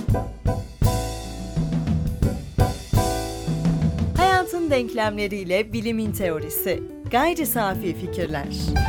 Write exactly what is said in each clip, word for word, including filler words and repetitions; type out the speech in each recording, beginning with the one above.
Hayatın denklemleriyle bilimin teorisi. Gayri safi fikirler.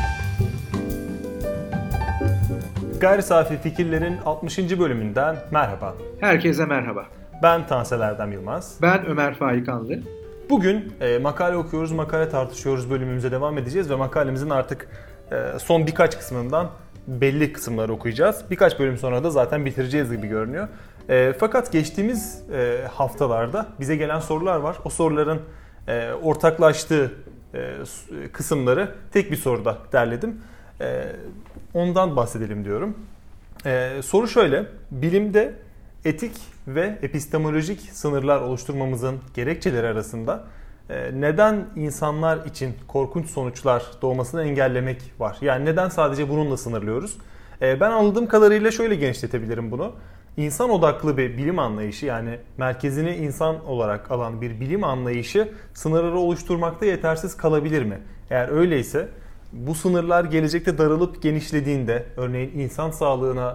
Gayri safi fikirlerin altmışıncı bölümünden merhaba. Herkese merhaba. Ben Tansel Erdem Yılmaz. Ben Ömer Faikanlı. Bugün e, makale okuyoruz, makale tartışıyoruz bölümümüze devam edeceğiz ve makalemizin artık e, son birkaç kısmından belli kısımları okuyacağız. Birkaç bölüm sonra da zaten bitireceğiz gibi görünüyor. E, fakat geçtiğimiz e, haftalarda bize gelen sorular var. O soruların e, ortaklaştığı e, kısımları tek bir soruda derledim. E, ondan bahsedelim diyorum. E, soru şöyle: bilimde etik ve epistemolojik sınırlar oluşturmamızın gerekçeleri arasında neden insanlar için korkunç sonuçlar doğmasını engellemek var? Yani neden sadece bununla sınırlıyoruz? Ben anladığım kadarıyla şöyle genişletebilirim bunu. İnsan odaklı bir bilim anlayışı, yani merkezini insan olarak alan bir bilim anlayışı sınırları oluşturmakta yetersiz kalabilir mi? Eğer öyleyse bu sınırlar gelecekte darılıp genişlediğinde, örneğin insan sağlığına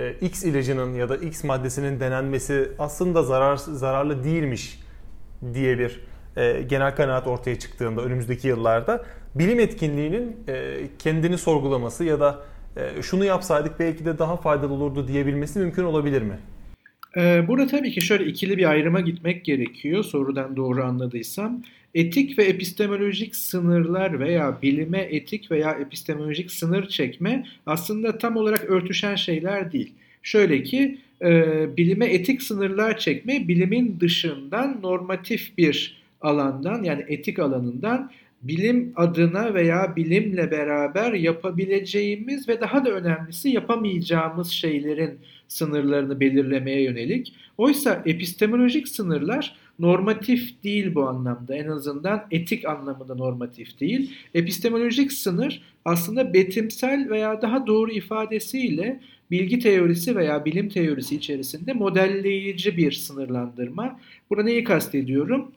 X ilacının ya da X maddesinin denenmesi aslında zarar, zararlı değilmiş diye bir e, genel kanaat ortaya çıktığında önümüzdeki yıllarda bilim etkinliğinin e, kendini sorgulaması ya da e, şunu yapsaydık belki de daha faydalı olurdu diyebilmesi mümkün olabilir mi? Burada tabii ki şöyle ikili bir ayrıma gitmek gerekiyor, sorudan doğru anladıysam. Etik ve epistemolojik sınırlar veya bilime etik veya epistemolojik sınır çekme aslında tam olarak örtüşen şeyler değil. Şöyle ki e, bilime etik sınırlar çekme, bilimin dışından normatif bir alandan, yani etik alanından bilim adına veya bilimle beraber yapabileceğimiz ve daha da önemlisi yapamayacağımız şeylerin sınırlarını belirlemeye yönelik. Oysa epistemolojik sınırlar normatif değil bu anlamda. En azından etik anlamında normatif değil. Epistemolojik sınır aslında betimsel veya daha doğru ifadesiyle bilgi teorisi veya bilim teorisi içerisinde modelleyici bir sınırlandırma. Burada neyi kastediyorum?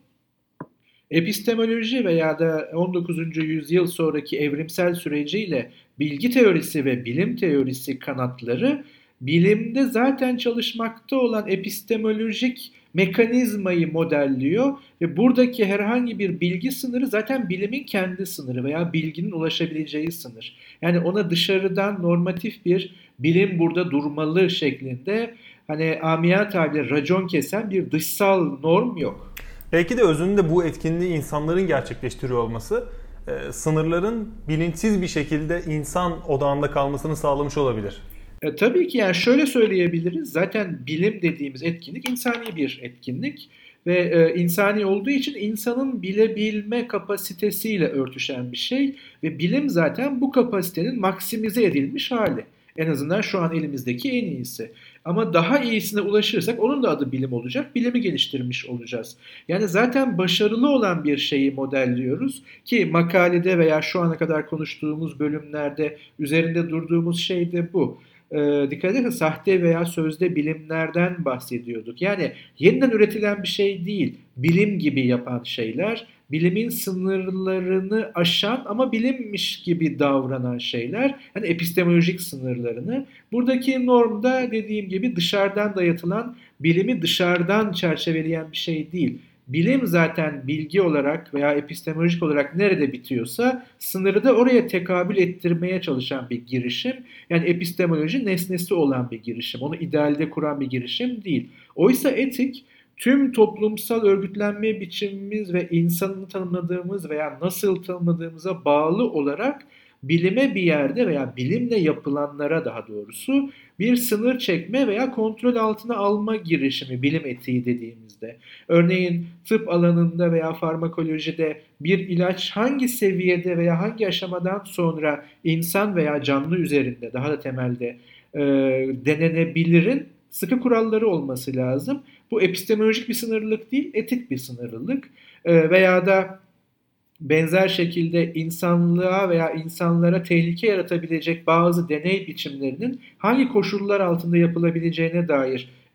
Epistemoloji veya da on dokuzuncu yüzyıl sonraki evrimsel süreciyle bilgi teorisi ve bilim teorisi kanatları bilimde zaten çalışmakta olan epistemolojik mekanizmayı modelliyor ve buradaki herhangi bir bilgi sınırı zaten bilimin kendi sınırı veya bilginin ulaşabileceği sınır. Yani ona dışarıdan normatif bir bilim burada durmalı şeklinde, hani amiyane tabirle racon kesen bir dışsal norm yok. Belki de özünde bu etkinliği insanların gerçekleştiriyor olması e, sınırların bilinçsiz bir şekilde insan odağında kalmasını sağlamış olabilir. E, tabii ki, yani şöyle söyleyebiliriz. Zaten bilim dediğimiz etkinlik insani bir etkinlik ve e, insani olduğu için insanın bilebilme kapasitesiyle örtüşen bir şey ve bilim zaten bu kapasitenin maksimize edilmiş hali. En azından şu an elimizdeki en iyisi. Ama daha iyisine ulaşırsak onun da adı bilim olacak. Bilimi geliştirmiş olacağız. Yani zaten başarılı olan bir şeyi modelliyoruz ki makalede veya şu ana kadar konuştuğumuz bölümlerde üzerinde durduğumuz şey de bu. E, dikkat edin, sahte veya sözde bilimlerden bahsediyorduk. Yani yeniden üretilen bir şey değil, bilim gibi yapan şeyler, bilimin sınırlarını aşan ama bilimmiş gibi davranan şeyler, yani epistemolojik sınırlarını. Buradaki normda dediğim gibi dışarıdan dayatılan, bilimi dışarıdan çerçeveleyen bir şey değil. Bilim zaten bilgi olarak veya epistemolojik olarak nerede bitiyorsa sınırı da oraya tekabül ettirmeye çalışan bir girişim. Yani epistemoloji nesnesi olan bir girişim. Onu idealde kuran bir girişim değil. Oysa etik tüm toplumsal örgütlenme biçimimiz ve insanı tanımladığımız veya nasıl tanımladığımıza bağlı olarak bilime bir yerde veya bilimle yapılanlara daha doğrusu bir sınır çekme veya kontrol altına alma girişimi, bilim etiği dediğimizde. Örneğin tıp alanında veya farmakolojide bir ilaç hangi seviyede veya hangi aşamadan sonra insan veya canlı üzerinde daha da temelde e, denenebilirin sıkı kuralları olması lazım. Bu epistemolojik bir sınırlılık değil, etik bir sınırlılık. E, veya da benzer şekilde insanlığa veya insanlara tehlike yaratabilecek bazı deney biçimlerinin hangi koşullar altında yapılabileceğine dair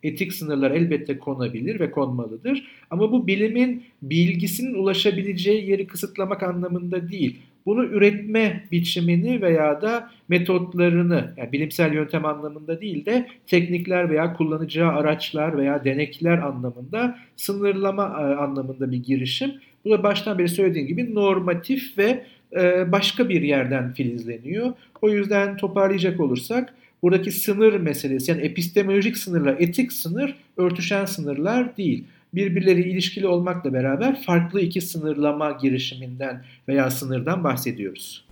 etik sınırlar elbette konabilir ve konmalıdır. Ama bu bilimin bilgisinin ulaşabileceği yeri kısıtlamak anlamında değil. Bunu üretme biçimini veya da metotlarını, yani bilimsel yöntem anlamında değil de teknikler veya kullanacağı araçlar veya denekler anlamında sınırlama anlamında bir girişim. Bu da baştan beri söylediğim gibi normatif ve başka bir yerden filizleniyor. O yüzden toparlayacak olursak buradaki sınır meselesi, yani epistemolojik sınırlar, etik sınır örtüşen sınırlar değil. Birbirleri ilişkili olmakla beraber farklı iki sınırlama girişiminden veya sınırdan bahsediyoruz.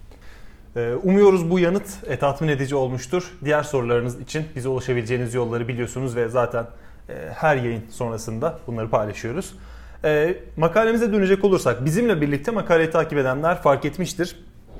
Umuyoruz bu yanıt tatmin edici olmuştur. Diğer sorularınız için bize ulaşabileceğiniz yolları biliyorsunuz ve zaten her yayın sonrasında bunları paylaşıyoruz. E, makalemize dönecek olursak, bizimle birlikte makaleyi takip edenler fark etmiştir.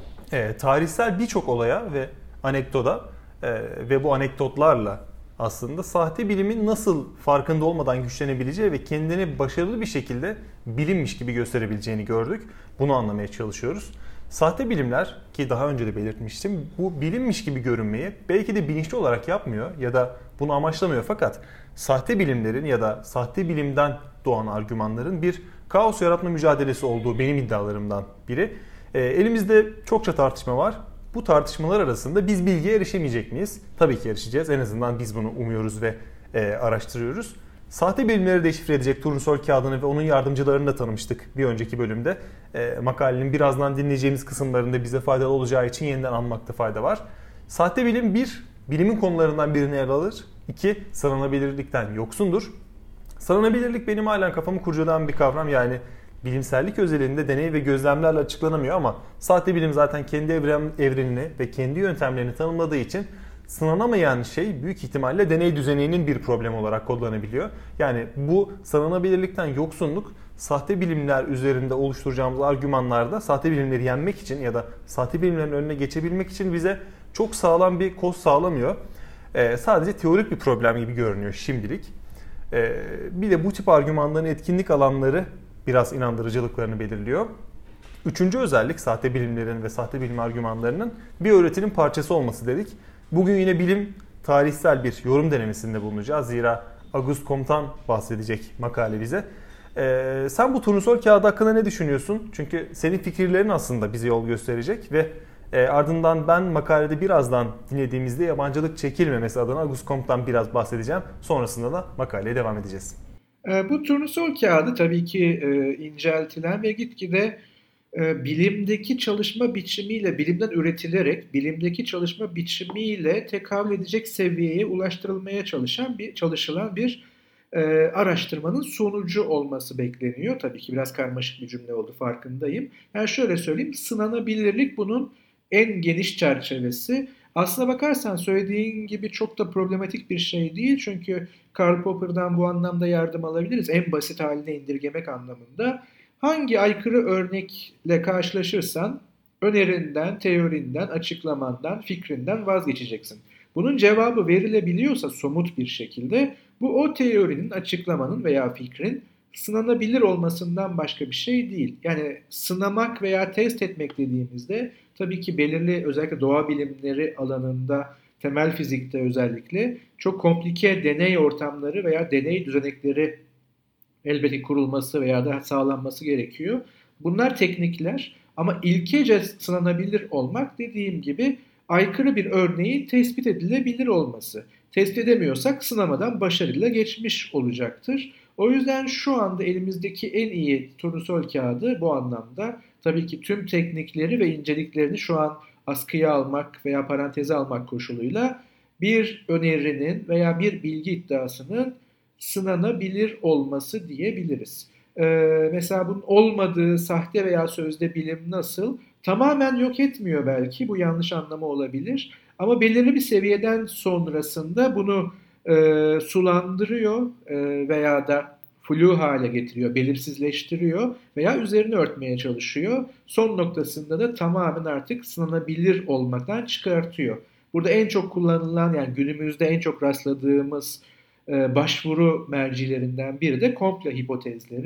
E, tarihsel birçok olaya ve anekdota e, ve bu anekdotlarla aslında sahte bilimin nasıl farkında olmadan güçlenebileceği ve kendini başarılı bir şekilde bilinmiş gibi gösterebileceğini gördük. Bunu anlamaya çalışıyoruz. Sahte bilimler, ki daha önce de belirtmiştim, bu bilinmiş gibi görünmeyi belki de bilinçli olarak yapmıyor ya da bunu amaçlamıyor, fakat sahte bilimlerin ya da sahte bilimden doğan argümanların bir kaos yaratma mücadelesi olduğu benim iddialarımdan biri. E, elimizde çokça tartışma var. Bu tartışmalar arasında biz bilgiye erişemeyecek miyiz? Tabii ki erişeceğiz. En azından biz bunu umuyoruz ve e, araştırıyoruz. Sahte bilimleri deşifre edecek turnusol kağıdını ve onun yardımcılarını da tanımıştık bir önceki bölümde. E, makalenin birazdan dinleyeceğimiz kısımlarında bize faydalı olacağı için yeniden anmakta fayda var. Sahte bilim bir, bilimin konularından birini ele alır. İki, sınanabilirlikten yoksundur. Sınanabilirlik benim halen kafamı kurcalayan bir kavram. Yani bilimsellik özelinde deney ve gözlemlerle açıklanamıyor ama sahte bilim zaten kendi evren, evrenini ve kendi yöntemlerini tanımladığı için sınanamayan şey büyük ihtimalle deney düzeninin bir problem olarak kodlanabiliyor. Yani bu sınanabilirlikten yoksunluk sahte bilimler üzerinde oluşturacağımız argümanlarda sahte bilimleri yenmek için ya da sahte bilimlerin önüne geçebilmek için bize çok sağlam bir koz sağlamıyor. Ee, sadece teorik bir problem gibi görünüyor şimdilik. Ee, bir de bu tip argümanların etkinlik alanları biraz inandırıcılıklarını belirliyor. Üçüncü özellik sahte bilimlerin ve sahte bilim argümanlarının bir öğretinin parçası olması dedik. Bugün yine bilim tarihsel bir yorum denemesinde bulunacağız. Zira Auguste Comte'dan bahsedecek makale bize. Ee, sen bu turnusol kağıdı hakkında ne düşünüyorsun? Çünkü senin fikirlerin aslında bize yol gösterecek ve e, ardından ben makalede birazdan dinlediğimizde yabancılık çekilmemesi adına Auguste Comte'dan biraz bahsedeceğim. Sonrasında da makaleye devam edeceğiz. Bu turnusol kağıdı tabii ki e, inceltilen ve gitgide e, bilimdeki çalışma biçimiyle, bilimden üretilerek bilimdeki çalışma biçimiyle tekabül edecek seviyeye ulaştırılmaya çalışan bir çalışılan bir e, araştırmanın sonucu olması bekleniyor. Tabii ki biraz karmaşık bir cümle oldu, farkındayım. Yani şöyle söyleyeyim, sınanabilirlik bunun en geniş çerçevesi. Aslına bakarsan söylediğin gibi çok da problematik bir şey değil. Çünkü Karl Popper'dan bu anlamda yardım alabiliriz. En basit haline indirgemek anlamında. Hangi aykırı örnekle karşılaşırsan önerinden, teorinden, açıklamandan, fikrinden vazgeçeceksin. Bunun cevabı verilebiliyorsa somut bir şekilde bu o teorinin, açıklamanın veya fikrin sınanabilir olmasından başka bir şey değil. Yani sınamak veya test etmek dediğimizde tabii ki belirli, özellikle doğa bilimleri alanında, temel fizikte özellikle çok komplike deney ortamları veya deney düzenekleri elbette kurulması veya da sağlanması gerekiyor. Bunlar teknikler ama ilkece sınanabilir olmak, dediğim gibi aykırı bir örneğin tespit edilebilir olması. Tespit edemiyorsak sınamadan başarıyla geçmiş olacaktır. O yüzden şu anda elimizdeki en iyi turnusol kağıdı bu anlamda tabii ki tüm teknikleri ve inceliklerini şu an askıya almak veya paranteze almak koşuluyla bir önerinin veya bir bilgi iddiasının sınanabilir olması diyebiliriz. Ee, mesela bunun olmadığı sahte veya sözde bilim nasıl? Tamamen yok etmiyor belki, bu yanlış anlama olabilir. Ama belirli bir seviyeden sonrasında bunu e, sulandırıyor e, veya da flu hale getiriyor, belirsizleştiriyor veya üzerini örtmeye çalışıyor. Son noktasında da tamamen artık sınanabilir olmaktan çıkartıyor. Burada en çok kullanılan, yani günümüzde en çok rastladığımız e, başvuru mercilerinden biri de komple hipotezleri.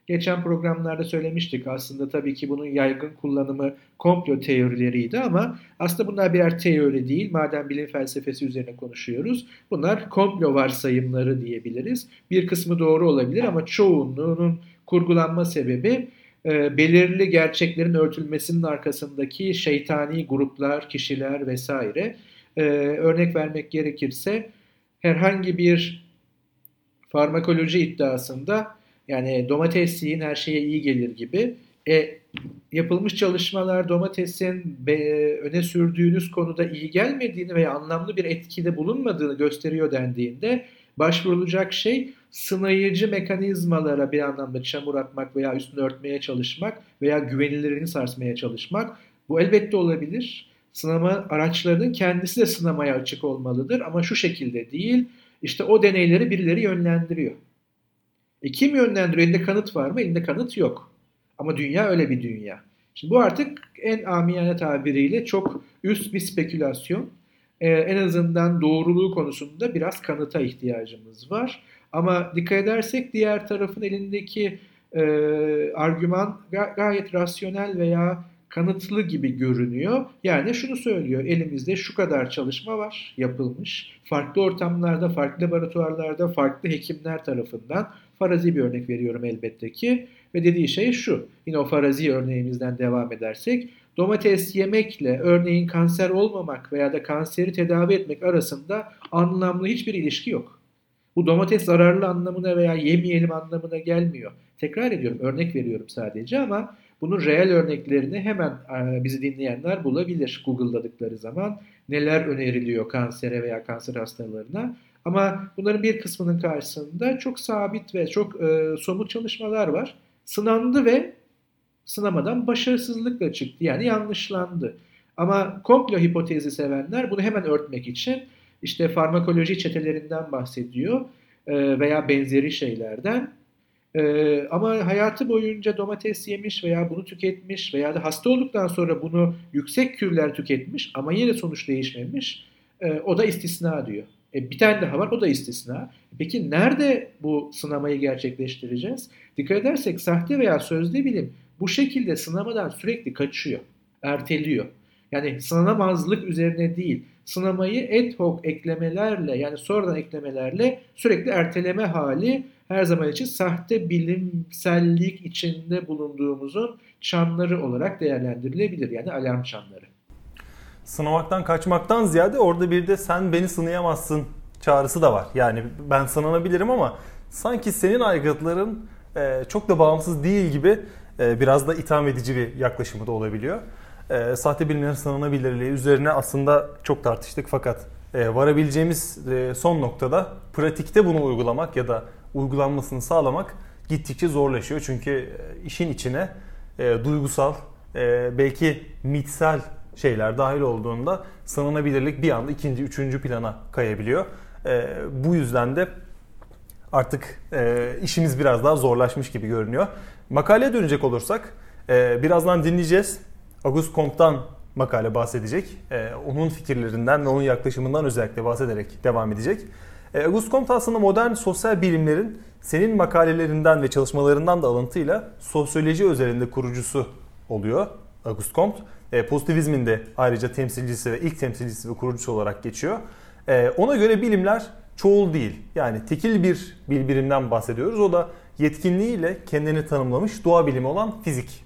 Geçen programlarda söylemiştik, aslında tabii ki bunun yaygın kullanımı komplo teorileriydi ama aslında bunlar birer teori değil. Madem bilim felsefesi üzerine konuşuyoruz, bunlar komplo varsayımları diyebiliriz. Bir kısmı doğru olabilir ama çoğunluğunun kurgulanma sebebi e, belirli gerçeklerin örtülmesinin arkasındaki şeytani gruplar, kişiler vesaire. E, örnek vermek gerekirse herhangi bir farmakoloji iddiasında, yani domates yiyin her şeye iyi gelir gibi. E, yapılmış çalışmalar domatesin be, öne sürdüğünüz konuda iyi gelmediğini veya anlamlı bir etkide bulunmadığını gösteriyor dendiğinde başvurulacak şey sınayıcı mekanizmalara bir anlamda çamur atmak veya üstünü örtmeye çalışmak veya güvenilirliğini sarsmaya çalışmak. Bu elbette olabilir. Sınama araçlarının kendisi de sınamaya açık olmalıdır ama şu şekilde değil. İşte o deneyleri birileri yönlendiriyor. E kim yönlendiriyor? Elinde kanıt var mı? Elinde kanıt yok. Ama dünya öyle bir dünya. Şimdi bu artık en amiyane tabiriyle çok üst bir spekülasyon. Ee, en azından doğruluğu konusunda biraz kanıta ihtiyacımız var. Ama dikkat edersek diğer tarafın elindeki e, argüman ga- gayet rasyonel veya kanıtlı gibi görünüyor. Yani şunu söylüyor: elimizde şu kadar çalışma var, yapılmış. Farklı ortamlarda, farklı laboratuvarlarda, farklı hekimler tarafından. Farazi bir örnek veriyorum elbette ki. Ve dediği şey şu: yine o farazi örneğimizden devam edersek, domates yemekle örneğin kanser olmamak veya da kanseri tedavi etmek arasında anlamlı hiçbir ilişki yok. Bu domates zararlı anlamına veya yemeyelim anlamına gelmiyor. Tekrar ediyorum, örnek veriyorum sadece ama bunun reel örneklerini hemen bizi dinleyenler bulabilir Google'ladıkları zaman. Neler öneriliyor kansere veya kanser hastalarına. Ama bunların bir kısmının karşısında çok sabit ve çok e, somut çalışmalar var. Sınandı ve sınamadan başarısızlıkla çıktı. Yani yanlışlandı. Ama komplo hipotezi sevenler bunu hemen örtmek için işte farmakoloji çetelerinden bahsediyor e, veya benzeri şeylerden. Ee, ama hayatı boyunca domates yemiş veya bunu tüketmiş veya da hasta olduktan sonra bunu yüksek kürler tüketmiş ama yine sonuç değişmemiş. Ee, o da istisna diyor. E, bir tane daha var, o da istisna. Peki nerede bu sınamayı gerçekleştireceğiz? Dikkat edersek sahte veya sözde bilim bu şekilde sınamadan sürekli kaçıyor, erteliyor. Yani sınanamazlık üzerine değil, sınamayı ad hoc eklemelerle, yani sonradan eklemelerle sürekli erteleme hali her zaman için sahte bilimsellik içinde bulunduğumuzun çanları olarak değerlendirilebilir. Yani alarm çanları. Sınamaktan kaçmaktan ziyade orada bir de sen beni sınayamazsın çağrısı da var. Yani ben sınanabilirim ama sanki senin aygıtların çok da bağımsız değil gibi biraz da itham edici bir yaklaşımı da olabiliyor. Sahte bilimlerin sınanabilirliği üzerine aslında çok tartıştık fakat varabileceğimiz son noktada pratikte bunu uygulamak ya da uygulanmasını sağlamak gittikçe zorlaşıyor. Çünkü işin içine e, duygusal, e, belki mitsel şeyler dahil olduğunda sınanabilirlik bir anda ikinci, üçüncü plana kayabiliyor. E, bu yüzden de artık e, işimiz biraz daha zorlaşmış gibi görünüyor. Makaleye dönecek olursak, e, birazdan dinleyeceğiz. Auguste Comte'dan makale bahsedecek. E, onun fikirlerinden ve onun yaklaşımından özellikle bahsederek devam edecek. Auguste Comte aslında modern sosyal bilimlerin senin makalelerinden ve çalışmalarından da alıntıyla sosyoloji özelinde kurucusu oluyor Auguste Comte. E, pozitivizmin de ayrıca temsilcisi ve ilk temsilcisi ve kurucusu olarak geçiyor. E, ona göre bilimler çoğul değil. Yani tekil bir birimden bahsediyoruz. O da yetkinliğiyle kendini tanımlamış doğa bilimi olan fizik.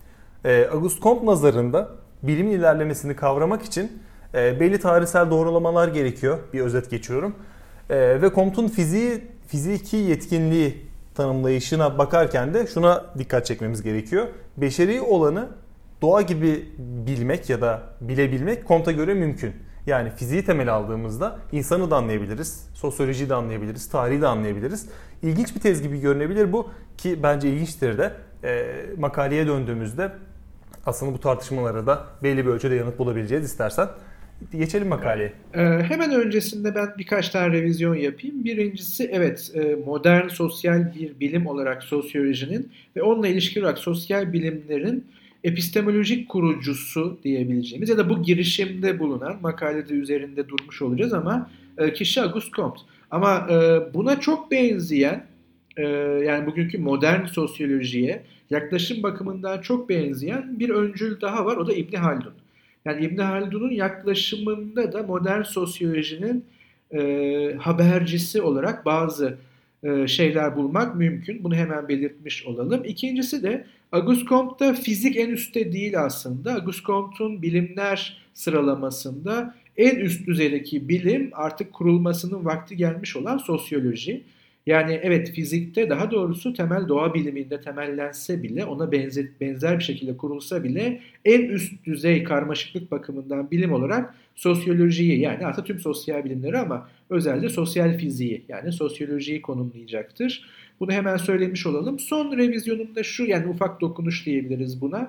E, Auguste Comte nazarında bilimin ilerlemesini kavramak için e, belli tarihsel doğrulamalar gerekiyor. Bir özet geçiyorum. Ee, ve Comte'un fiziği, fiziki yetkinliği tanımlayışına bakarken de şuna dikkat çekmemiz gerekiyor. Beşeri olanı doğa gibi bilmek ya da bilebilmek Comte'a göre mümkün. Yani fiziği temel aldığımızda insanı da anlayabiliriz, sosyolojiyi de anlayabiliriz, tarihi de anlayabiliriz. İlginç bir tez gibi görünebilir bu ki bence ilginçtir de. E, makaleye döndüğümüzde aslında bu tartışmalara da belli bir ölçüde yanıt bulabileceğiz istersen. Geçelim makaleye. Ee, hemen öncesinde ben birkaç tane revizyon yapayım. Birincisi, evet, modern sosyal bir bilim olarak sosyolojinin ve onunla ilişkili olarak sosyal bilimlerin epistemolojik kurucusu diyebileceğimiz ya da bu girişimde bulunan, makalede üzerinde durmuş olacağız ama kişi Auguste Comte. Ama buna çok benzeyen e, yani bugünkü modern sosyolojiye yaklaşım bakımından çok benzeyen bir öncül daha var. O da İbn Haldun. Yani İbn Haldun'un yaklaşımında da modern sosyolojinin e, habercisi olarak bazı e, şeyler bulmak mümkün. Bunu hemen belirtmiş olalım. İkincisi de Auguste Comte'da fizik en üstte değil aslında. Auguste Comte'un bilimler sıralamasında en üst düzeydeki bilim artık kurulmasının vakti gelmiş olan sosyoloji. Yani evet fizikte daha doğrusu temel doğa biliminde temellense bile ona benzer, benzer bir şekilde kurulsa bile en üst düzey karmaşıklık bakımından bilim olarak sosyolojiyi yani aslında tüm sosyal bilimleri ama özellikle sosyal fiziği yani sosyolojiyi konumlayacaktır. Bunu hemen söylemiş olalım. Son revizyonumda şu yani ufak dokunuş diyebiliriz buna.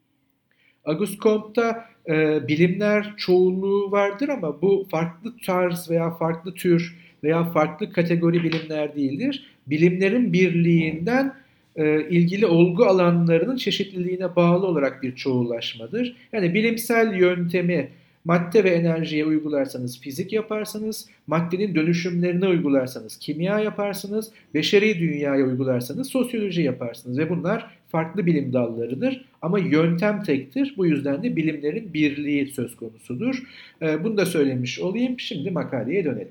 Auguste Comte'da e, bilimler çoğunluğu vardır ama bu farklı tarz veya farklı tür veya farklı kategori bilimler değildir. Bilimlerin birliğinden e, ilgili olgu alanlarının çeşitliliğine bağlı olarak bir çoğullaşmadır. Yani bilimsel yöntemi madde ve enerjiye uygularsanız fizik yaparsınız, maddenin dönüşümlerine uygularsanız kimya yaparsınız, beşeri dünyaya uygularsanız sosyoloji yaparsınız ve bunlar farklı bilim dallarıdır ama yöntem tektir. Bu yüzden de bilimlerin birliği söz konusudur. Bunu da söylemiş olayım. Şimdi makaleye dönelim.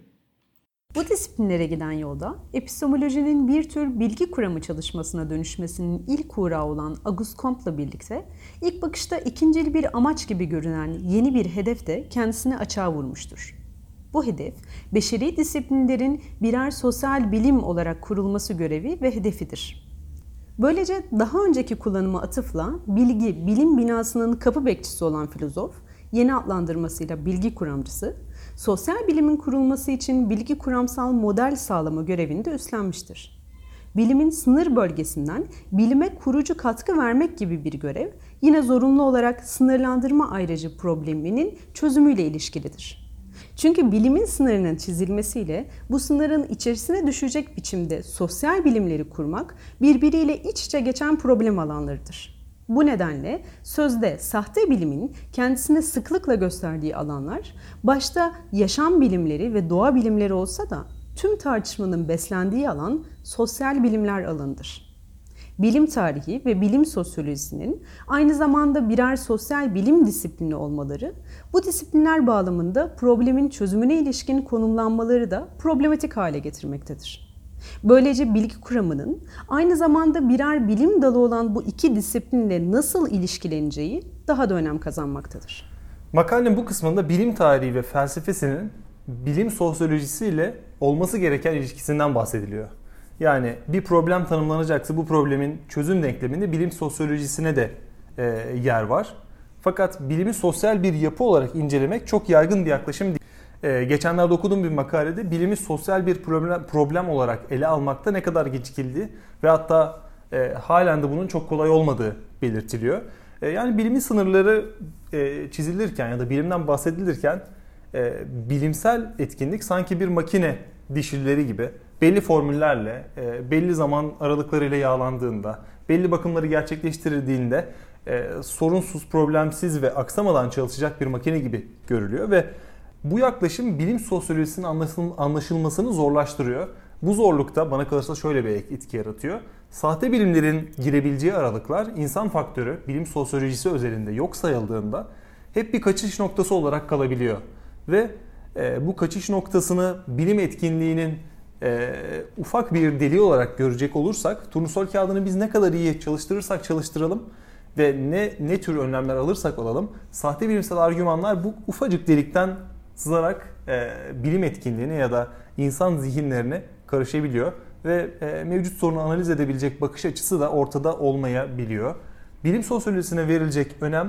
Bu disiplinlere giden yolda epistemolojinin bir tür bilgi kuramı çalışmasına dönüşmesinin ilk uğrağı olan Auguste Comte'la birlikte ilk bakışta ikincil bir amaç gibi görünen yeni bir hedef de kendisini açığa vurmuştur. Bu hedef, beşeri disiplinlerin birer sosyal bilim olarak kurulması görevi ve hedefidir. Böylece daha önceki kullanıma atıfla bilgi, bilim binasının kapı bekçisi olan filozof, yeni adlandırmasıyla bilgi kuramcısı, sosyal bilimin kurulması için bilgi kuramsal model sağlama görevini de üstlenmiştir. Bilimin sınır bölgesinden bilime kurucu katkı vermek gibi bir görev, yine zorunlu olarak sınırlandırma ayrıcı probleminin çözümüyle ilişkilidir. Çünkü bilimin sınırının çizilmesiyle bu sınırın içerisine düşecek biçimde sosyal bilimleri kurmak birbiriyle iç içe geçen problem alanlarıdır. Bu nedenle sözde sahte bilimin kendisine sıklıkla gösterdiği alanlar, başta yaşam bilimleri ve doğa bilimleri olsa da tüm tartışmanın beslendiği alan sosyal bilimler alanıdır. Bilim tarihi ve bilim sosyolojisinin aynı zamanda birer sosyal bilim disiplini olmaları, bu disiplinler bağlamında problemin çözümüne ilişkin konumlanmaları da problematik hale getirmektedir. Böylece bilgi kuramının aynı zamanda birer bilim dalı olan bu iki disiplinle nasıl ilişkileneceği daha da önem kazanmaktadır. Makalenin bu kısmında bilim tarihi ve felsefesinin bilim sosyolojisiyle olması gereken ilişkisinden bahsediliyor. Yani bir problem tanımlanacaksa bu problemin çözüm denkleminde bilim sosyolojisine de e, yer var. Fakat bilimi sosyal bir yapı olarak incelemek çok yaygın bir yaklaşım değil. Ee, geçenlerde okuduğum bir makalede bilimi sosyal bir problem, problem olarak ele almakta ne kadar gecikildiği ve hatta e, halen de bunun çok kolay olmadığı belirtiliyor. E, yani bilimin sınırları e, çizilirken ya da bilimden bahsedilirken e, bilimsel etkinlik sanki bir makine dişlileri gibi belli formüllerle, e, belli zaman aralıklarıyla yağlandığında, belli bakımları gerçekleştirildiğinde e, sorunsuz, problemsiz ve aksamadan çalışacak bir makine gibi görülüyor ve bu yaklaşım bilim sosyolojisinin anlaşılmasını zorlaştırıyor. Bu zorlukta bana kalırsa şöyle bir etki yaratıyor. Sahte bilimlerin girebileceği aralıklar insan faktörü bilim sosyolojisi özelinde yok sayıldığında hep bir kaçış noktası olarak kalabiliyor. Ve e, bu kaçış noktasını bilim etkinliğinin e, ufak bir deliği olarak görecek olursak turnusol kağıdını biz ne kadar iyi çalıştırırsak çalıştıralım ve ne ne tür önlemler alırsak alalım sahte bilimsel argümanlar bu ufacık delikten sızarak e, bilim etkinliğine ya da insan zihinlerine karışabiliyor ve e, mevcut sorunu analiz edebilecek bakış açısı da ortada olmayabiliyor. Bilim sosyolojisine verilecek önem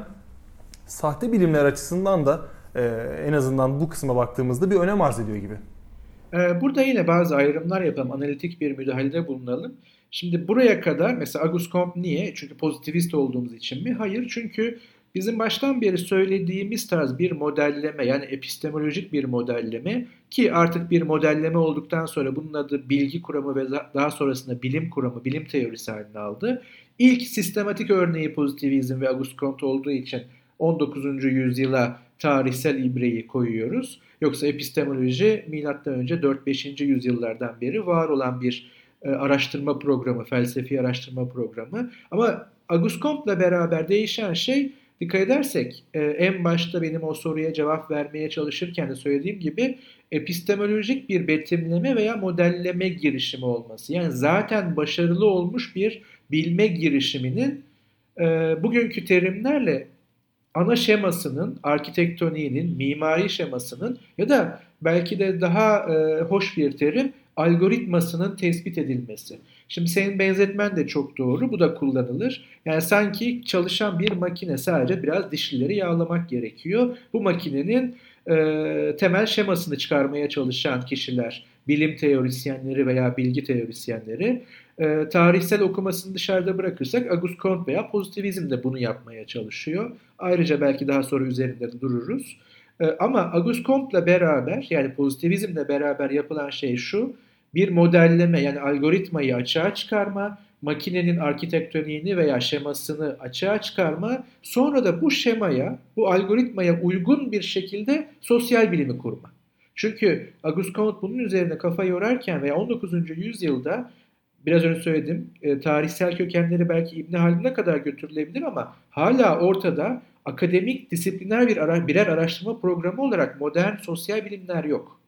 sahte bilimler açısından da e, en azından bu kısma baktığımızda bir önem arz ediyor gibi. Burada yine bazı ayrımlar yapalım, analitik bir müdahalede bulunalım. Şimdi buraya kadar mesela Auguste Comte niye? Çünkü pozitivist olduğumuz için mi? Hayır, çünkü bizim baştan beri söylediğimiz tarz bir modelleme yani epistemolojik bir modelleme ki artık bir modelleme olduktan sonra bunun adı bilgi kuramı ve daha sonrasında bilim kuramı, bilim teorisi haline aldı. İlk sistematik örneği pozitivizm ve Auguste Comte olduğu için on dokuzuncu yüzyıla tarihsel ibreyi koyuyoruz. Yoksa epistemoloji milattan önce dört beşinci yüzyıllardan beri var olan bir e, araştırma programı, felsefi araştırma programı. Ama Auguste Comte'la beraber değişen şey, dikkat edersek e, en başta benim o soruya cevap vermeye çalışırken de söylediğim gibi epistemolojik bir betimleme veya modelleme girişimi olması. Yani zaten başarılı olmuş bir bilme girişiminin e, bugünkü terimlerle ana şemasının, arkitektoniğinin, mimari şemasının ya da belki de daha e, hoş bir terim algoritmasının tespit edilmesi. Şimdi senin benzetmen de çok doğru. Bu da kullanılır. Yani sanki çalışan bir makine, sadece biraz dişlileri yağlamak gerekiyor. Bu makinenin e, temel şemasını çıkarmaya çalışan kişiler, bilim teorisyenleri veya bilgi teorisyenleri. E, tarihsel okumasını dışarıda bırakırsak Auguste Comte veya pozitivizm de bunu yapmaya çalışıyor. Ayrıca belki daha sonra üzerinde de dururuz. E, ama Auguste Comte'la beraber, yani pozitivizmle beraber yapılan şey şu: bir modelleme, yani algoritmayı açığa çıkarma, makinenin arkitektoniğini veya şemasını açığa çıkarma, sonra da bu şemaya, bu algoritmaya uygun bir şekilde sosyal bilimi kurma. Çünkü Auguste Comte bunun üzerine kafa yorarken veya on dokuzuncu yüzyılda, biraz önce söyledim, e, tarihsel kökenleri belki İbn Haldun'a kadar götürülebilir ama hala ortada akademik, disipliner bir ara, birer araştırma programı olarak modern sosyal bilimler yok.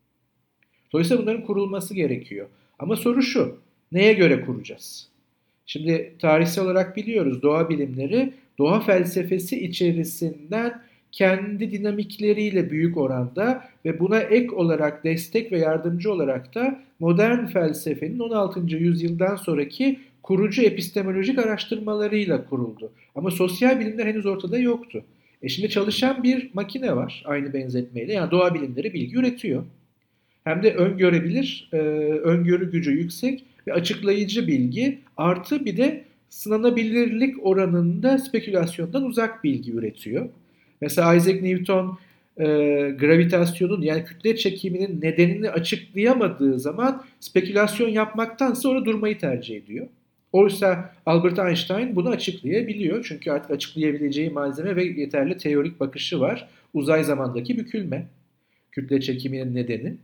Dolayısıyla bunların kurulması gerekiyor. Ama soru şu: neye göre kuracağız? Şimdi tarihsel olarak biliyoruz, doğa bilimleri doğa felsefesi içerisinden kendi dinamikleriyle büyük oranda ve buna ek olarak destek ve yardımcı olarak da modern felsefenin on altıncı yüzyıldan sonraki kurucu epistemolojik araştırmalarıyla kuruldu. Ama sosyal bilimler henüz ortada yoktu. E şimdi çalışan bir makine var aynı benzetmeyle. Yani doğa bilimleri bilgi üretiyor. Hem de öngörebilir, e, öngörü gücü yüksek ve açıklayıcı bilgi, artı bir de sınanabilirlik oranında spekülasyondan uzak bilgi üretiyor. Mesela Isaac Newton e, gravitasyonun, yani kütle çekiminin nedenini açıklayamadığı zaman spekülasyon yapmaktansa orada durmayı tercih ediyor. Oysa Albert Einstein bunu açıklayabiliyor. Çünkü artık açıklayabileceği malzeme ve yeterli teorik bakışı var. Uzay zamandaki bükülme, kütle çekiminin nedeni.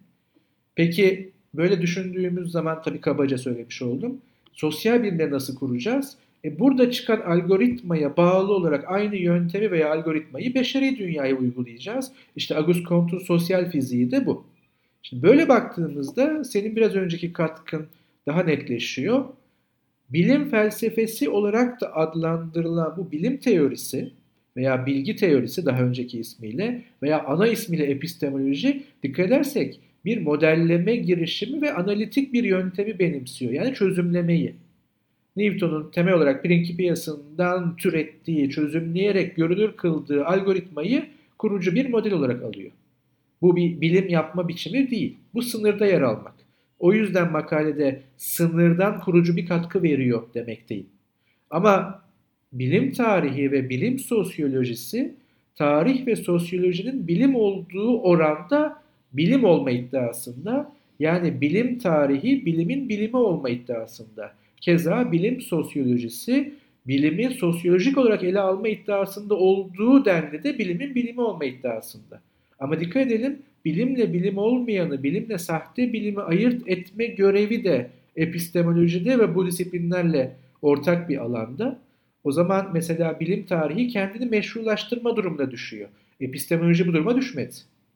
Peki böyle düşündüğümüz zaman, tabii kabaca söylemiş oldum, sosyal bilimleri nasıl kuracağız? E burada çıkan algoritmaya bağlı olarak aynı yöntemi veya algoritmayı beşeri dünyaya uygulayacağız. İşte Auguste Comte'un sosyal fiziği de bu. Şimdi böyle baktığımızda senin biraz önceki katkın daha netleşiyor. Bilim felsefesi olarak da adlandırılan bu bilim teorisi veya bilgi teorisi daha önceki ismiyle veya ana ismiyle epistemoloji, dikkat edersek bir modelleme girişimi ve analitik bir yöntemi benimsiyor. Yani çözümlemeyi. Newton'un temel olarak Principia'sından türettiği, çözümleyerek görünür kıldığı algoritmayı kurucu bir model olarak alıyor. Bu bir bilim yapma biçimi değil. Bu sınırda yer almak. O yüzden makalede sınırdan kurucu bir katkı veriyor demekteyim. Ama bilim tarihi ve bilim sosyolojisi, tarih ve sosyolojinin bilim olduğu oranda bilim olma iddiasında. Yani bilim tarihi bilimin bilimi olma iddiasında. Keza bilim sosyolojisi bilimi sosyolojik olarak ele alma iddiasında olduğu denli de bilimin bilimi olma iddiasında. Ama dikkat edelim, bilimle bilim olmayanı, bilimle sahte bilimi ayırt etme görevi de epistemolojide ve bu disiplinlerle ortak bir alanda. O zaman mesela bilim tarihi kendini meşrulaştırma durumuna düşüyor. Epistemoloji bu duruma düşmedi.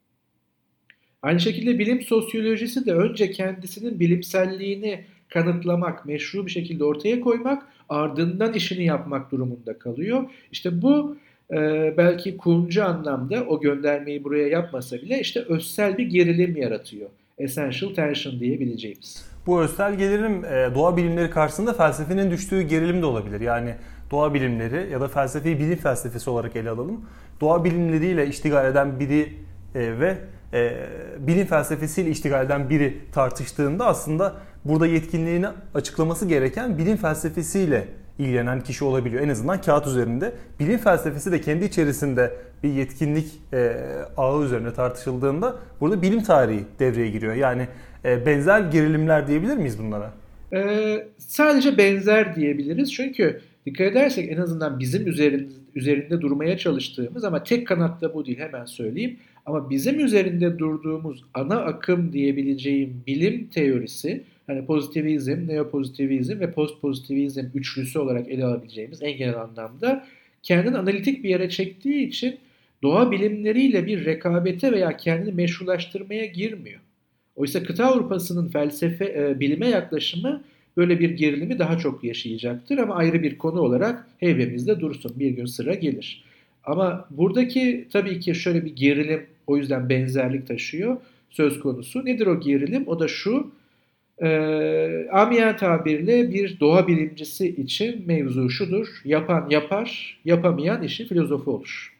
Aynı şekilde bilim sosyolojisi de önce kendisinin bilimselliğini kanıtlamak, meşru bir şekilde ortaya koymak, ardından işini yapmak durumunda kalıyor. İşte bu e, belki Kuhn'cu anlamda o göndermeyi buraya yapmasa bile işte özsel bir gerilim yaratıyor. Essential tension diyebileceğimiz. Bu özsel gerilim e, doğa bilimleri karşısında felsefenin düştüğü gerilim de olabilir. Yani doğa bilimleri ya da felsefeyi bilim felsefesi olarak ele alalım. Doğa bilimleriyle iştigal eden biri e, ve e, bilim felsefesiyle iştigal eden biri tartıştığında aslında burada yetkinliğini açıklaması gereken bilim felsefesiyle ilgilenen kişi olabiliyor. En azından kağıt üzerinde. Bilim felsefesi de kendi içerisinde bir yetkinlik e, ağı üzerine tartışıldığında burada bilim tarihi devreye giriyor. Yani e, benzer gerilimler diyebilir miyiz bunlara? Ee, sadece benzer diyebiliriz. Çünkü dikkat edersek en azından bizim üzerinde, üzerinde durmaya çalıştığımız, ama tek kanatta bu değil, hemen söyleyeyim. Ama bizim üzerinde durduğumuz ana akım diyebileceğim bilim teorisi hani pozitivizm, neopozitivizm ve postpozitivizm üçlüsü olarak ele alabileceğimiz en genel anlamda kendini analitik bir yere çektiği için doğa bilimleriyle bir rekabete veya kendini meşrulaştırmaya girmiyor. Oysa kıta Avrupa'sının felsefe, e, bilime yaklaşımı böyle bir gerilimi daha çok yaşayacaktır ama ayrı bir konu olarak heybemizde dursun. Bir gün sıra gelir. Ama buradaki tabii ki şöyle bir gerilim, o yüzden benzerlik taşıyor söz konusu. Nedir o gerilim? O da şu, e, amiyen tabirle bir doğa bilimcisi için mevzu şudur: yapan yapar, yapamayan işin filozofu olur.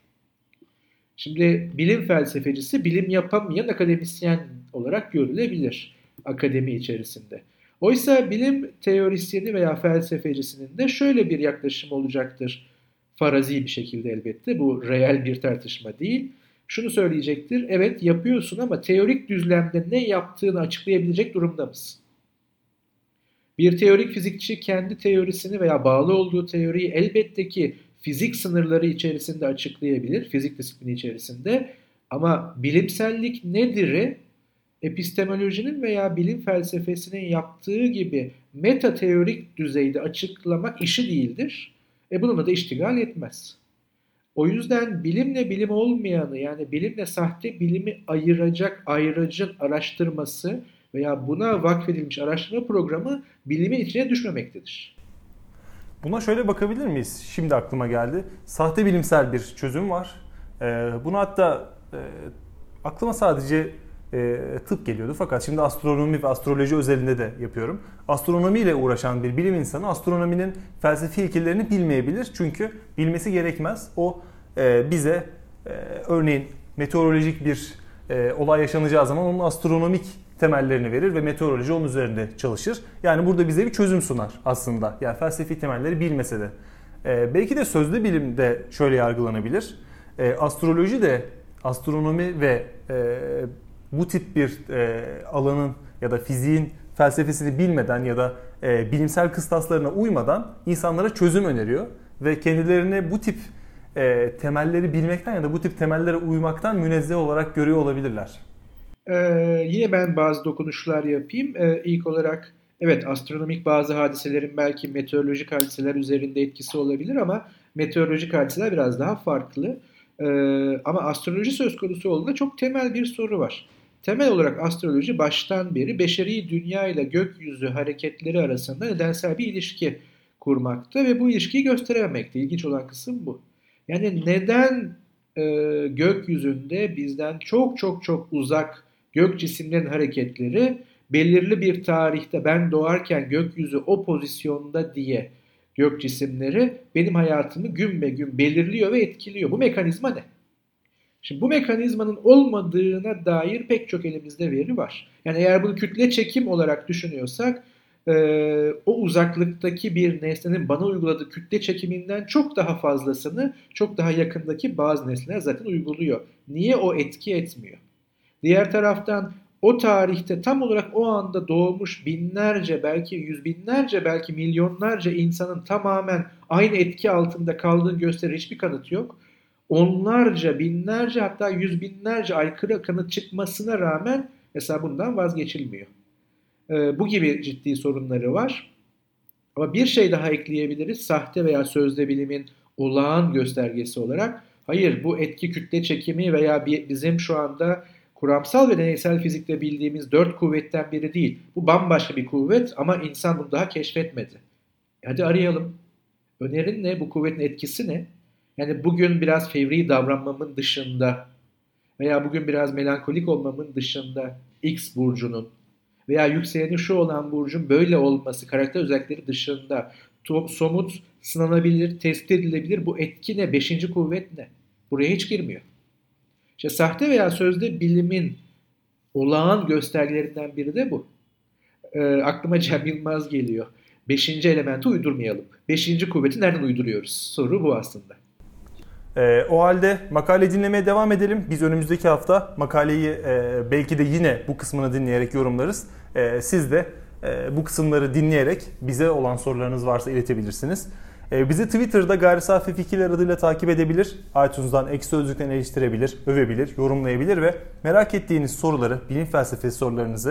Şimdi bilim felsefecisi bilim yapamayan akademisyen olarak görülebilir akademi içerisinde. Oysa bilim teorisyeni veya felsefecisinin de şöyle bir yaklaşım olacaktır. Farazi bir şekilde elbette, bu reel bir tartışma değil. Şunu söyleyecektir: evet yapıyorsun ama teorik düzlemde ne yaptığını açıklayabilecek durumda mısın? Bir teorik fizikçi kendi teorisini veya bağlı olduğu teoriyi elbette ki fizik sınırları içerisinde açıklayabilir, fizik disiplini içerisinde. Ama bilimsellik nedir'i epistemolojinin veya bilim felsefesinin yaptığı gibi meta teorik düzeyde açıklamak işi değildir. E bununla da iştigal etmez. O yüzden bilimle bilim olmayanı, yani bilimle sahte bilimi ayıracak ayracın araştırması veya buna vakfedilmiş araştırma programı bilimin içine düşmemektedir. Buna şöyle bakabilir miyiz? Şimdi aklıma geldi. Sahte bilimsel bir çözüm var. Ee, bunu hatta e, aklıma sadece e, tıp geliyordu. Fakat şimdi astronomi ve astroloji özelinde de yapıyorum. Astronomiyle uğraşan bir bilim insanı astronominin felsefi ilkelerini bilmeyebilir. Çünkü bilmesi gerekmez. O e, bize e, örneğin meteorolojik bir e, olay yaşanacağı zaman onun astronomik temellerini verir ve meteoroloji onun üzerinde çalışır. Yani burada bize bir çözüm sunar aslında. Yani felsefi temelleri bilmese de. Ee, belki de sözlü bilimde şöyle yargılanabilir. Ee, astroloji de astronomi ve e, bu tip bir e, alanın ya da fiziğin felsefesini bilmeden ya da e, bilimsel kıstaslarına uymadan insanlara çözüm öneriyor. Ve kendilerini bu tip e, temelleri bilmekten ya da bu tip temellere uymaktan münezzeh olarak görüyor olabilirler. Ee, yine ben bazı dokunuşlar yapayım. Ee, ilk olarak evet, astronomik bazı hadiselerin belki meteorolojik hadiseler üzerinde etkisi olabilir ama meteorolojik hadiseler biraz daha farklı. Ee, ama astroloji söz konusu olduğunda çok temel bir soru var. Temel olarak astroloji baştan beri beşeri dünya ile gökyüzü hareketleri arasında nedensel bir ilişki kurmakta ve bu ilişkiyi gösterememekte. İlginç olan kısım bu. Yani neden e, gökyüzünde bizden çok çok çok uzak gök cisimlerin hareketleri belirli bir tarihte ben doğarken gökyüzü o pozisyonda diye gök cisimleri benim hayatımı gün be gün belirliyor ve etkiliyor. Bu mekanizma ne? Şimdi bu mekanizmanın olmadığına dair pek çok elimizde veri var. Yani eğer bunu kütle çekim olarak düşünüyorsak e, o uzaklıktaki bir nesnenin bana uyguladığı kütle çekiminden çok daha fazlasını çok daha yakındaki bazı nesneler zaten uyguluyor. Niye o etki etmiyor? Diğer taraftan o tarihte tam olarak o anda doğmuş binlerce, belki yüz binlerce, belki milyonlarca insanın tamamen aynı etki altında kaldığını gösterir hiçbir kanıt yok. Onlarca, binlerce, hatta yüz binlerce aykırı kanıt çıkmasına rağmen mesela bundan vazgeçilmiyor. Ee, bu gibi ciddi sorunları var. Ama bir şey daha ekleyebiliriz. Sahte veya sözde bilimin olağan göstergesi olarak. Hayır, bu etki kütle çekimi veya bizim şu anda kuramsal ve deneysel fizikte bildiğimiz dört kuvvetten biri değil. Bu bambaşka bir kuvvet ama insan bunu daha keşfetmedi. Hadi arayalım. Önerin ne? Bu kuvvetin etkisi ne? Yani bugün biraz fevri davranmamın dışında veya bugün biraz melankolik olmamın dışında X burcunun veya yükseleni şu olan burcun böyle olması, karakter özellikleri dışında somut, sınanabilir, tespit edilebilir bu etki ne? Beşinci kuvvet ne? Buraya hiç girmiyor. İşte sahte veya sözde bilimin olağan göstergelerinden biri de bu. E, aklıma Cem Yılmaz geliyor. Beşinci elementi uydurmayalım. Beşinci kuvveti nereden uyduruyoruz? Soru bu aslında. E, o halde makale dinlemeye devam edelim. Biz önümüzdeki hafta makaleyi e, belki de yine bu kısmını dinleyerek yorumlarız. E, siz de e, bu kısımları dinleyerek bize olan sorularınız varsa iletebilirsiniz. E, bizi Twitter'da Gayri Safi Fikirler adıyla takip edebilir. iTunes'dan Ekşi Sözlük'ten eleştirebilir, övebilir, yorumlayabilir ve merak ettiğiniz soruları, bilim felsefesi sorularınızı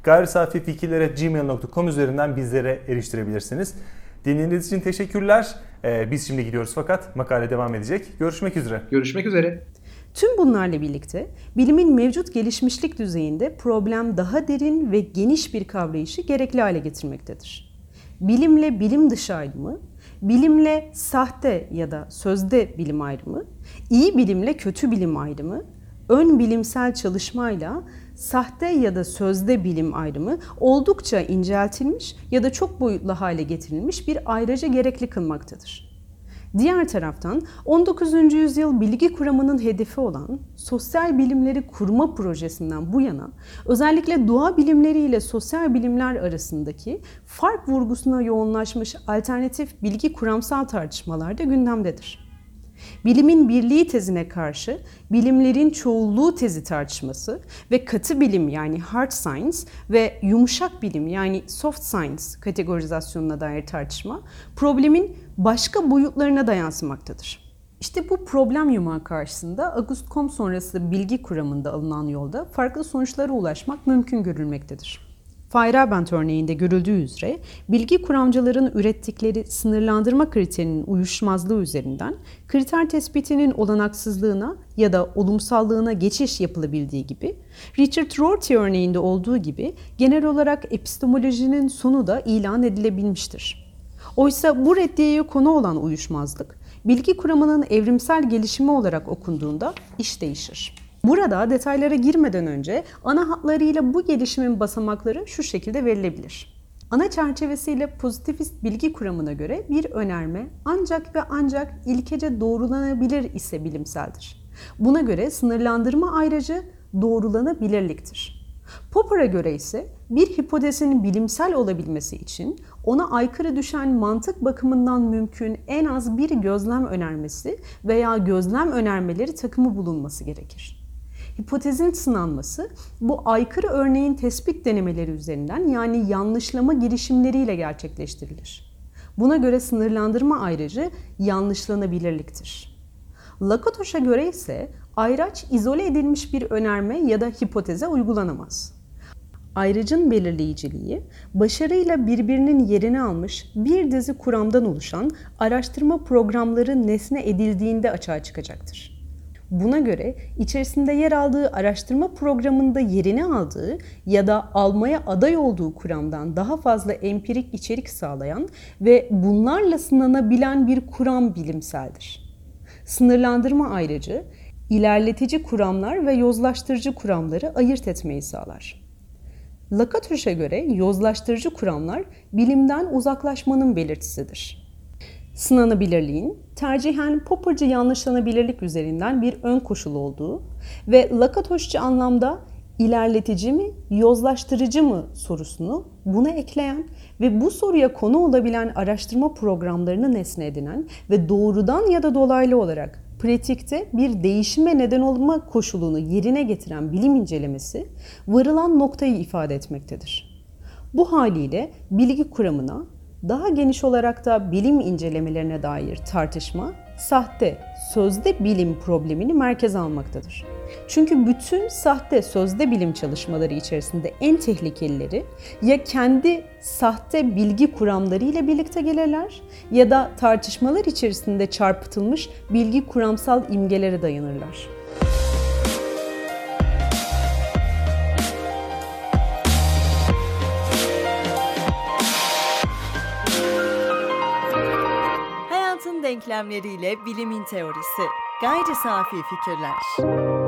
gayrisafifikirler at gmail nokta com üzerinden bizlere eriştirebilirsiniz. Dinlediğiniz için teşekkürler. Ee, biz şimdi gidiyoruz fakat makale devam edecek. Görüşmek üzere. Görüşmek üzere. Tüm bunlarla birlikte bilimin mevcut gelişmişlik düzeyinde problem daha derin ve geniş bir kavrayışı gerekli hale getirmektedir. Bilimle bilim dışı ayrımı, bilimle sahte ya da sözde bilim ayrımı, iyi bilimle kötü bilim ayrımı, ön bilimsel çalışmayla sahte ya da sözde bilim ayrımı oldukça inceltilmiş ya da çok boyutlu hale getirilmiş bir ayrıca gerekli kılmaktadır. Diğer taraftan on dokuzuncu yüzyıl bilgi kuramının hedefi olan sosyal bilimleri kurma projesinden bu yana özellikle doğa bilimleri ile sosyal bilimler arasındaki fark vurgusuna yoğunlaşmış alternatif bilgi kuramsal tartışmalar da gündemdedir. Bilimin birliği tezine karşı bilimlerin çoğulluğu tezi tartışması ve katı bilim yani hard science ve yumuşak bilim yani soft science kategorizasyonuna dair tartışma problemin başka boyutlarına da yansımaktadır. İşte bu problem yumağı karşısında Auguste Comte sonrası bilgi kuramında alınan yolda farklı sonuçlara ulaşmak mümkün görülmektedir. Feyerabend örneğinde görüldüğü üzere bilgi kuramcıların ürettikleri sınırlandırma kriterinin uyuşmazlığı üzerinden kriter tespitinin olanaksızlığına ya da olumsallığına geçiş yapılabildiği gibi Richard Rorty örneğinde olduğu gibi genel olarak epistemolojinin sonu da ilan edilebilmiştir. Oysa bu reddiyeye konu olan uyuşmazlık bilgi kuramının evrimsel gelişimi olarak okunduğunda iş değişir. Burada detaylara girmeden önce ana hatlarıyla bu gelişimin basamakları şu şekilde verilebilir. Ana çerçevesiyle pozitivist bilgi kuramına göre bir önerme ancak ve ancak ilkece doğrulanabilir ise bilimseldir. Buna göre sınırlandırma ayrıcı doğrulanabilirliktir. Popper'a göre ise bir hipotezin bilimsel olabilmesi için ona aykırı düşen mantık bakımından mümkün en az bir gözlem önermesi veya gözlem önermeleri takımı bulunması gerekir. Hipotezin sınanması bu aykırı örneğin tespit denemeleri üzerinden yani yanlışlama girişimleriyle gerçekleştirilir. Buna göre sınırlandırma ayrıcı yanlışlanabilirliktir. Lakatos'a göre ise ayraç izole edilmiş bir önerme ya da hipoteze uygulanamaz. Ayrıcın belirleyiciliği, başarıyla birbirinin yerini almış bir dizi kuramdan oluşan araştırma programları nesne edildiğinde açığa çıkacaktır. Buna göre içerisinde yer aldığı araştırma programında yerini aldığı ya da almaya aday olduğu kuramdan daha fazla empirik içerik sağlayan ve bunlarla sınanabilen bir kuram bilimseldir. Sınırlandırma ayrıcı, ilerletici kuramlar ve yozlaştırıcı kuramları ayırt etmeyi sağlar. Lakatos'a göre yozlaştırıcı kuramlar bilimden uzaklaşmanın belirtisidir. Sınanabilirliğin tercihen Popper'cı yanlışlanabilirlik üzerinden bir ön koşul olduğu ve Lakatosçu anlamda ilerletici mi, yozlaştırıcı mı sorusunu buna ekleyen ve bu soruya konu olabilen araştırma programlarını nesne edinen ve doğrudan ya da dolaylı olarak pratikte bir değişime neden olma koşulunu yerine getiren bilim incelemesi varılan noktayı ifade etmektedir. Bu haliyle bilgi kuramına, daha geniş olarak da bilim incelemelerine dair tartışma, sahte, sözde bilim problemini merkeze almaktadır. Çünkü bütün sahte, sözde bilim çalışmaları içerisinde en tehlikelileri ya kendi sahte bilgi kuramları ile birlikte gelirler ya da tartışmalar içerisinde çarpıtılmış bilgi kuramsal imgelere dayanırlar. Denklemleriyle bilimin teorisi. Gayri safi fikirler.